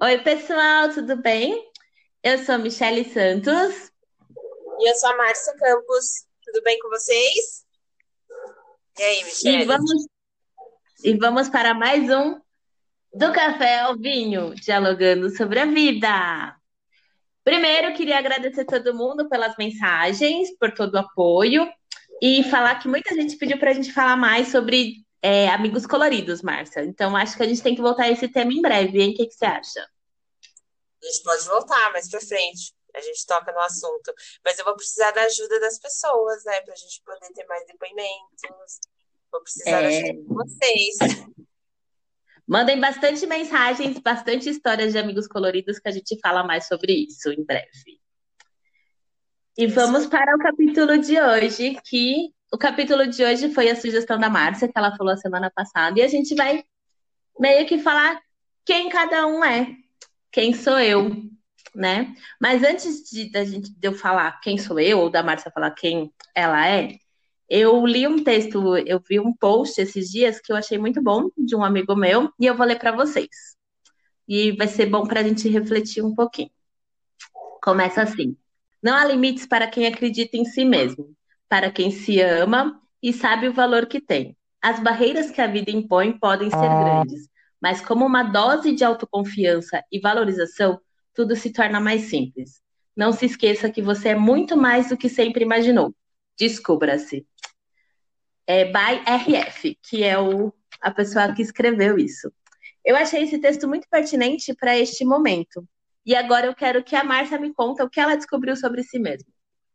Oi, pessoal, tudo bem? Eu sou Michele Santos E eu sou a Márcia Campos. Tudo bem com vocês? E aí, e Michele? vamos para mais um do Café ao Vinho, dialogando sobre a vida. Primeiro, queria agradecer todo mundo pelas mensagens, por todo o apoio e falar que muita gente pediu para a gente falar mais sobre amigos coloridos, Márcia. Então, acho que a gente tem que voltar a esse tema em breve, hein? O que que você acha? A gente pode voltar mais pra frente. A gente toca no assunto. Mas eu vou precisar da ajuda das pessoas, né? Pra gente poder ter mais depoimentos. Vou precisar da ajuda É, de vocês. mandem bastante mensagens, bastante histórias de amigos coloridos que a gente fala mais sobre isso em breve. E É isso vamos aí. para o capítulo de hoje, que o capítulo de hoje foi a sugestão da Márcia, que ela falou a semana passada, e a gente vai meio que falar quem cada um é, quem sou eu, né? Mas antes de eu falar quem sou eu, ou da Márcia falar quem ela é, eu li um texto, eu vi um post esses dias que eu achei muito bom, de um amigo meu, e eu vou ler para vocês. E vai ser bom para a gente refletir um pouquinho. Começa assim: não há limites para quem acredita em si mesmo, para quem se ama e sabe o valor que tem. As barreiras que a vida impõe podem ser grandes, mas como uma dose de autoconfiança e valorização, tudo se torna mais simples. Não se esqueça que você é muito mais do que sempre imaginou. Descubra-se. É by RF, que é a pessoa que escreveu isso. Eu achei esse texto muito pertinente para este momento. E agora eu quero que a Márcia me conta o que ela descobriu sobre si mesma.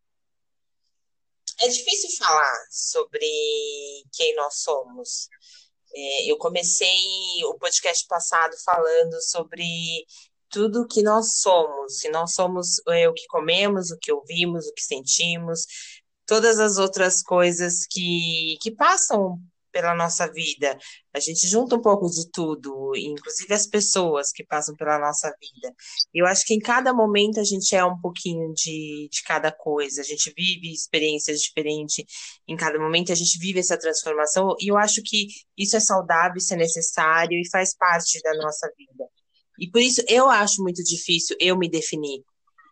É difícil falar sobre quem nós somos. Eu comecei o podcast passado falando sobre tudo que nós somos. Se nós somos o que comemos, o que ouvimos, o que sentimos, todas as outras coisas que passam pela nossa vida. A gente junta um pouco de tudo, inclusive as pessoas que passam pela nossa vida. Eu acho que em cada momento a gente é um pouquinho de cada coisa, a gente vive experiências diferentes em cada momento, a gente vive essa transformação, e eu acho que isso é saudável, isso é necessário e faz parte da nossa vida. E por isso eu acho muito difícil eu me definir.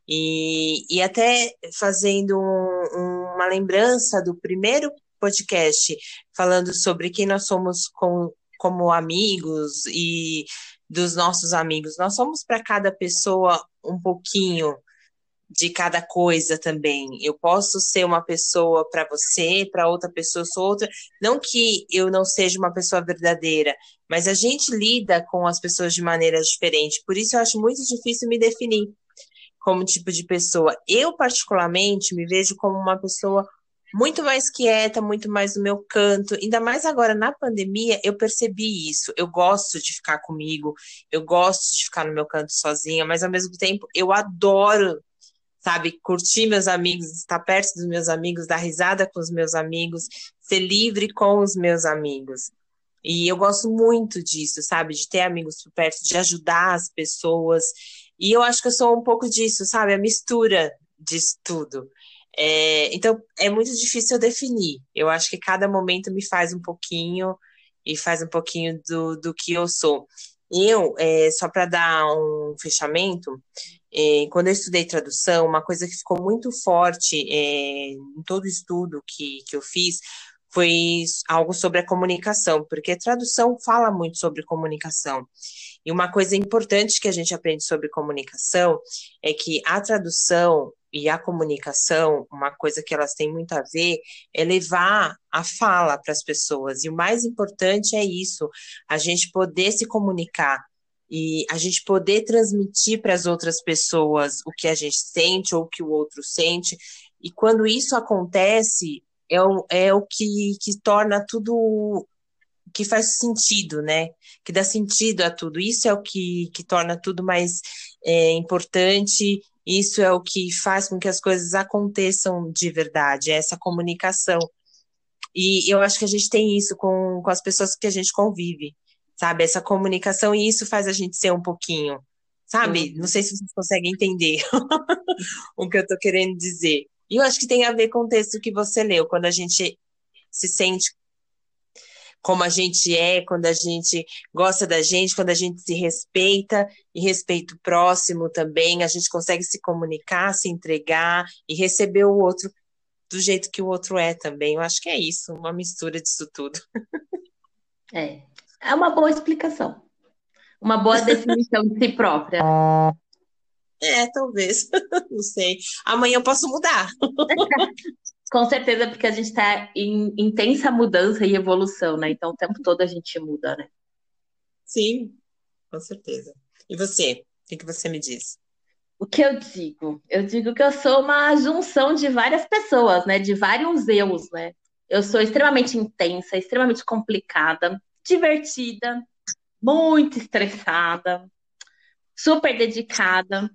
E até fazendo uma lembrança do primeiro podcast, falando sobre quem nós somos como amigos e dos nossos amigos. Nós somos para cada pessoa um pouquinho de cada coisa também. Eu posso ser uma pessoa para você, para outra pessoa eu sou outra. Não que eu não seja uma pessoa verdadeira, mas a gente lida com as pessoas de maneiras diferentes. Por isso eu acho muito difícil me definir como tipo de pessoa. Eu, particularmente, me vejo como uma pessoa muito mais quieta, muito mais no meu canto. Ainda mais agora na pandemia, eu percebi isso. Eu gosto de ficar comigo, eu gosto de ficar no meu canto sozinha, mas ao mesmo tempo eu adoro, sabe, curtir meus amigos, estar perto dos meus amigos, dar risada com os meus amigos, ser livre com os meus amigos. E eu gosto muito disso, sabe? De ter amigos por perto, de ajudar as pessoas. E eu acho que eu sou um pouco disso, sabe? A mistura disso tudo. Então, é muito difícil eu definir. Eu acho que cada momento me faz um pouquinho e faz um pouquinho do que eu sou. Só para dar um fechamento, quando eu estudei tradução, uma coisa que ficou muito forte em todo o estudo que eu fiz foi algo sobre a comunicação, porque a tradução fala muito sobre comunicação. E uma coisa importante que a gente aprende sobre comunicação é que a tradução e a comunicação, uma coisa que elas têm muito a ver, é levar a fala para as pessoas. E o mais importante é isso, a gente poder se comunicar e a gente poder transmitir para as outras pessoas o que a gente sente ou o que o outro sente. E quando isso acontece, é o que torna tudo que faz sentido, né? Que dá sentido a tudo. Isso é o que torna tudo mais importante. Isso é o que faz com que as coisas aconteçam de verdade, é essa comunicação. E eu acho que a gente tem isso com as pessoas que a gente convive, sabe? Essa comunicação, e isso faz a gente ser um pouquinho, sabe? Não Uhum. sei se vocês conseguem entender o que eu tô querendo dizer. E eu acho que tem a ver com o texto que você leu, quando a gente se sente como a gente é, quando a gente gosta da gente, quando a gente se respeita e respeita o próximo também, a gente consegue se comunicar, se entregar e receber o outro do jeito que o outro é também. Eu acho que é isso, uma mistura disso tudo. É. É uma boa explicação. Uma boa definição de si própria. É, talvez, não sei. Amanhã eu posso mudar. Com certeza, porque a gente está em intensa mudança e evolução, né? Então, o tempo todo a gente muda, né? Sim, com certeza. E você? O que que você me diz? O que eu digo? Eu digo que eu sou uma junção de várias pessoas, né? De vários eus, né? Eu sou extremamente intensa, extremamente complicada, divertida, muito estressada, super dedicada,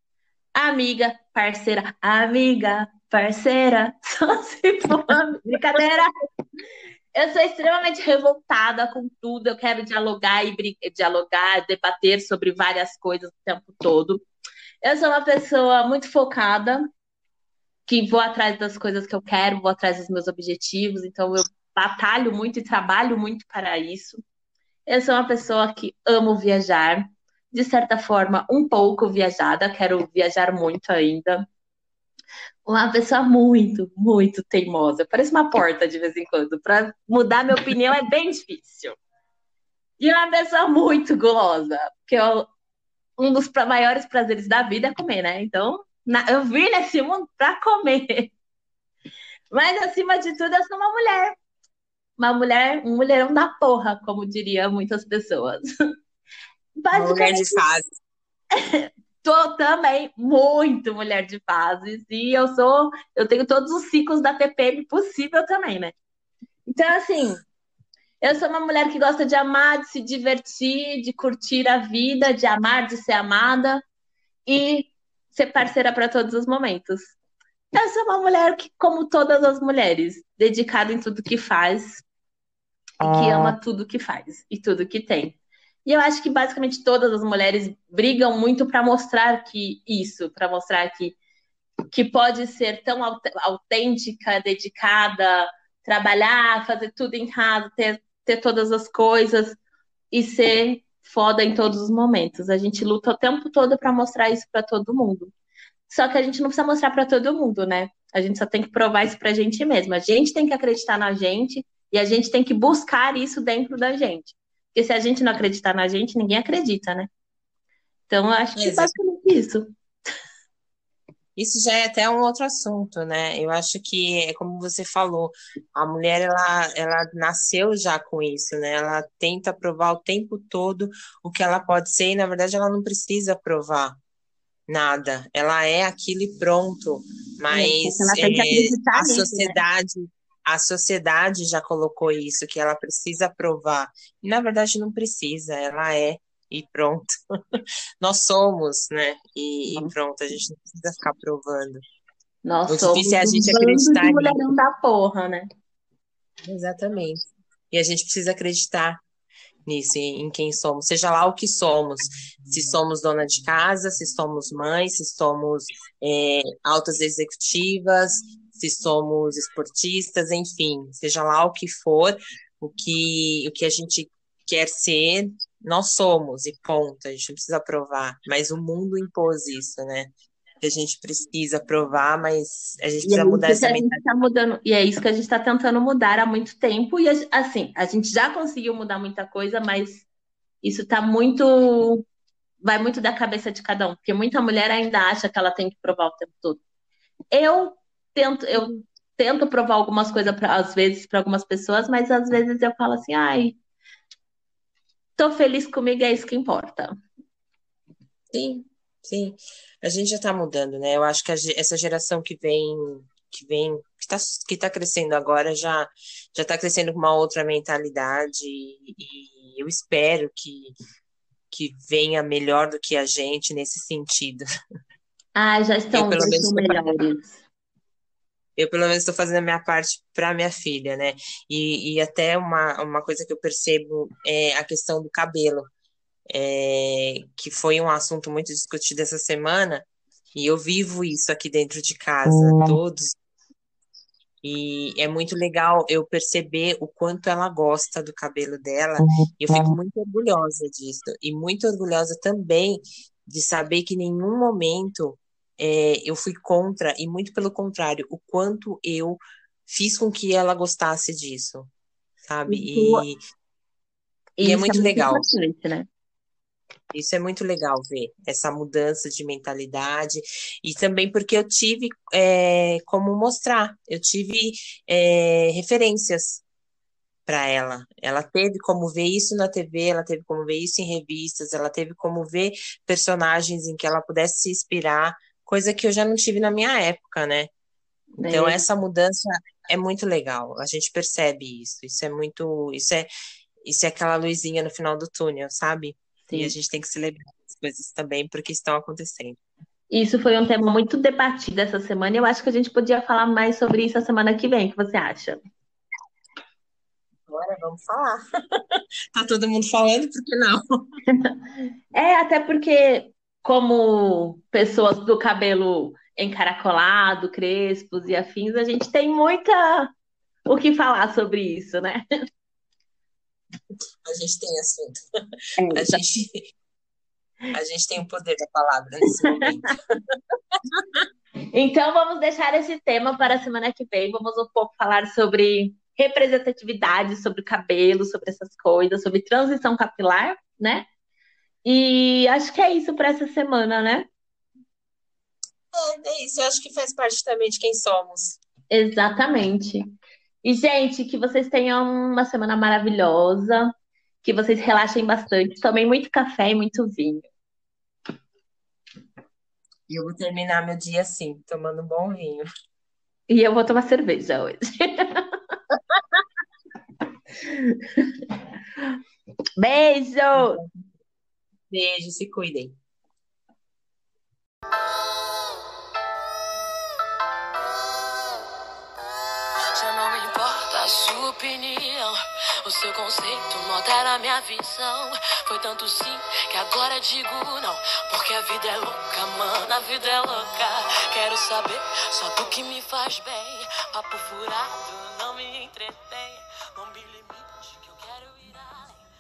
amiga, parceira, só se for brincadeira. Eu sou extremamente revoltada com tudo. Eu quero dialogar dialogar, debater sobre várias coisas o tempo todo. Eu sou uma pessoa muito focada, que vou atrás das coisas que eu quero, vou atrás dos meus objetivos, então eu batalho muito e trabalho muito para isso. Eu sou uma pessoa que amo viajar, de certa forma, um pouco viajada, quero viajar muito ainda. Uma pessoa muito teimosa. Parece uma porta de vez em quando. Para mudar minha opinião é bem difícil. E uma pessoa muito gulosa, porque um dos maiores prazeres da vida é comer, né? Então, eu vim nesse mundo para comer. Mas, acima de tudo, eu sou uma mulher. Uma mulher, um mulherão da porra, como diriam muitas pessoas. Uma mulher de Basicamente, fase. tô também muito mulher de fases. E eu tenho todos os ciclos da TPM possível também, né? Então, assim, eu sou uma mulher que gosta de amar, de se divertir, de curtir a vida, de amar, de ser amada e ser parceira para todos os momentos. Eu sou uma mulher que, como todas as mulheres, dedicada em tudo que faz e que ama tudo que faz e tudo que tem. E eu acho que basicamente todas as mulheres brigam muito para mostrar que isso, para mostrar que pode ser tão autêntica, dedicada, trabalhar, fazer tudo em casa, ter todas as coisas e ser foda em todos os momentos. A gente luta o tempo todo para mostrar isso para todo mundo. Só que a gente não precisa mostrar para todo mundo, né? A gente só tem que provar isso pra gente mesma. A gente tem que acreditar na gente e a gente tem que buscar isso dentro da gente. Porque se a gente não acreditar na gente, ninguém acredita, né? Então, eu acho que Exato. basicamente isso. Isso já é até um outro assunto, né? Eu acho que é como você falou, a mulher ela nasceu já com isso, né? Ela tenta provar o tempo todo o que ela pode ser e na verdade ela não precisa provar nada. Ela é aquilo e pronto. Porque Mas ela tem que acreditar nisso, né? a sociedade já colocou isso, que ela precisa provar. E na verdade não precisa, ela é e pronto. Nós somos, né? E pronto, a gente não precisa ficar provando. Nós O difícil somos é a um gente bando de acreditar mulherão nisso. da porra, né? Exatamente. E a gente precisa acreditar nisso, em quem somos, seja lá o que somos. Se somos dona de casa, se somos mães, se somos altas executivas, se somos esportistas, enfim, seja lá o que for, o que a gente quer ser, nós somos, e ponto. A gente não precisa provar. Mas o mundo impôs isso, né? Que a gente precisa provar, mas a gente E é precisa mudar isso que essa a gente mentalidade. está mudando, e é isso que a gente está tentando mudar há muito tempo. E assim, a gente já conseguiu mudar muita coisa, mas isso tá muito, vai muito da cabeça de cada um, porque muita mulher ainda acha que ela tem que provar o tempo todo. Eu eu tento provar algumas coisas às vezes para algumas pessoas, mas às vezes eu falo assim, ai, tô feliz comigo, é isso que importa. Sim, sim. A gente já está mudando, né? Eu acho que essa geração que tá crescendo agora já está crescendo com uma outra mentalidade e eu espero que venha melhor do que a gente nesse sentido. Ai, Eu já pelo menos estão estou melhores. eu pelo menos estou fazendo a minha parte para minha filha, né? E até uma coisa que eu percebo é a questão do cabelo. Que foi um assunto muito discutido essa semana, e eu vivo isso aqui dentro de casa. E é muito legal eu perceber o quanto ela gosta do cabelo dela, e eu fico muito orgulhosa disso. E muito orgulhosa também de saber que em nenhum momento eu fui contra, e muito pelo contrário, o quanto eu fiz com que ela gostasse disso, sabe? Isso, E é isso é muito muito legal. importante, né? Isso é muito legal ver essa mudança de mentalidade e também porque eu tive como mostrar, eu tive referências para ela. Ela teve como ver isso na TV, ela teve como ver isso em revistas, ela teve como ver personagens em que ela pudesse se inspirar, coisa que eu já não tive na minha época, né? Então É, essa mudança é muito legal. A gente percebe isso. Isso é aquela luzinha no final do túnel, sabe? E a sim. gente tem que celebrar as coisas também porque estão acontecendo. Isso foi um tema muito debatido essa semana e eu acho que a gente podia falar mais sobre isso a semana que vem. O que você acha? Agora vamos falar. Tá todo mundo falando, por que não? É, até porque, como pessoas do cabelo encaracolado, crespos e afins, a gente tem muita o que falar sobre isso, né? A gente tem assunto. A É. gente, a gente tem o poder da palavra nesse momento. Então, vamos deixar esse tema para a semana que vem. Vamos um pouco falar sobre representatividade, sobre cabelo, sobre essas coisas, sobre transição capilar, né? E acho que é isso para essa semana, né? É isso, eu acho que faz parte também de quem somos. Exatamente. E, gente, que vocês tenham uma semana maravilhosa, que vocês relaxem bastante, tomem muito café e muito vinho. E eu vou terminar meu dia assim, tomando um bom vinho. E eu vou tomar cerveja hoje. Beijo! Beijo, se cuidem. Já não importa a sua opinião, o seu conceito não altera a minha visão. Foi tanto sim que agora digo não, porque a vida é louca, mano, a vida é louca. Quero saber só do que me faz bem, papo furado não me entretém.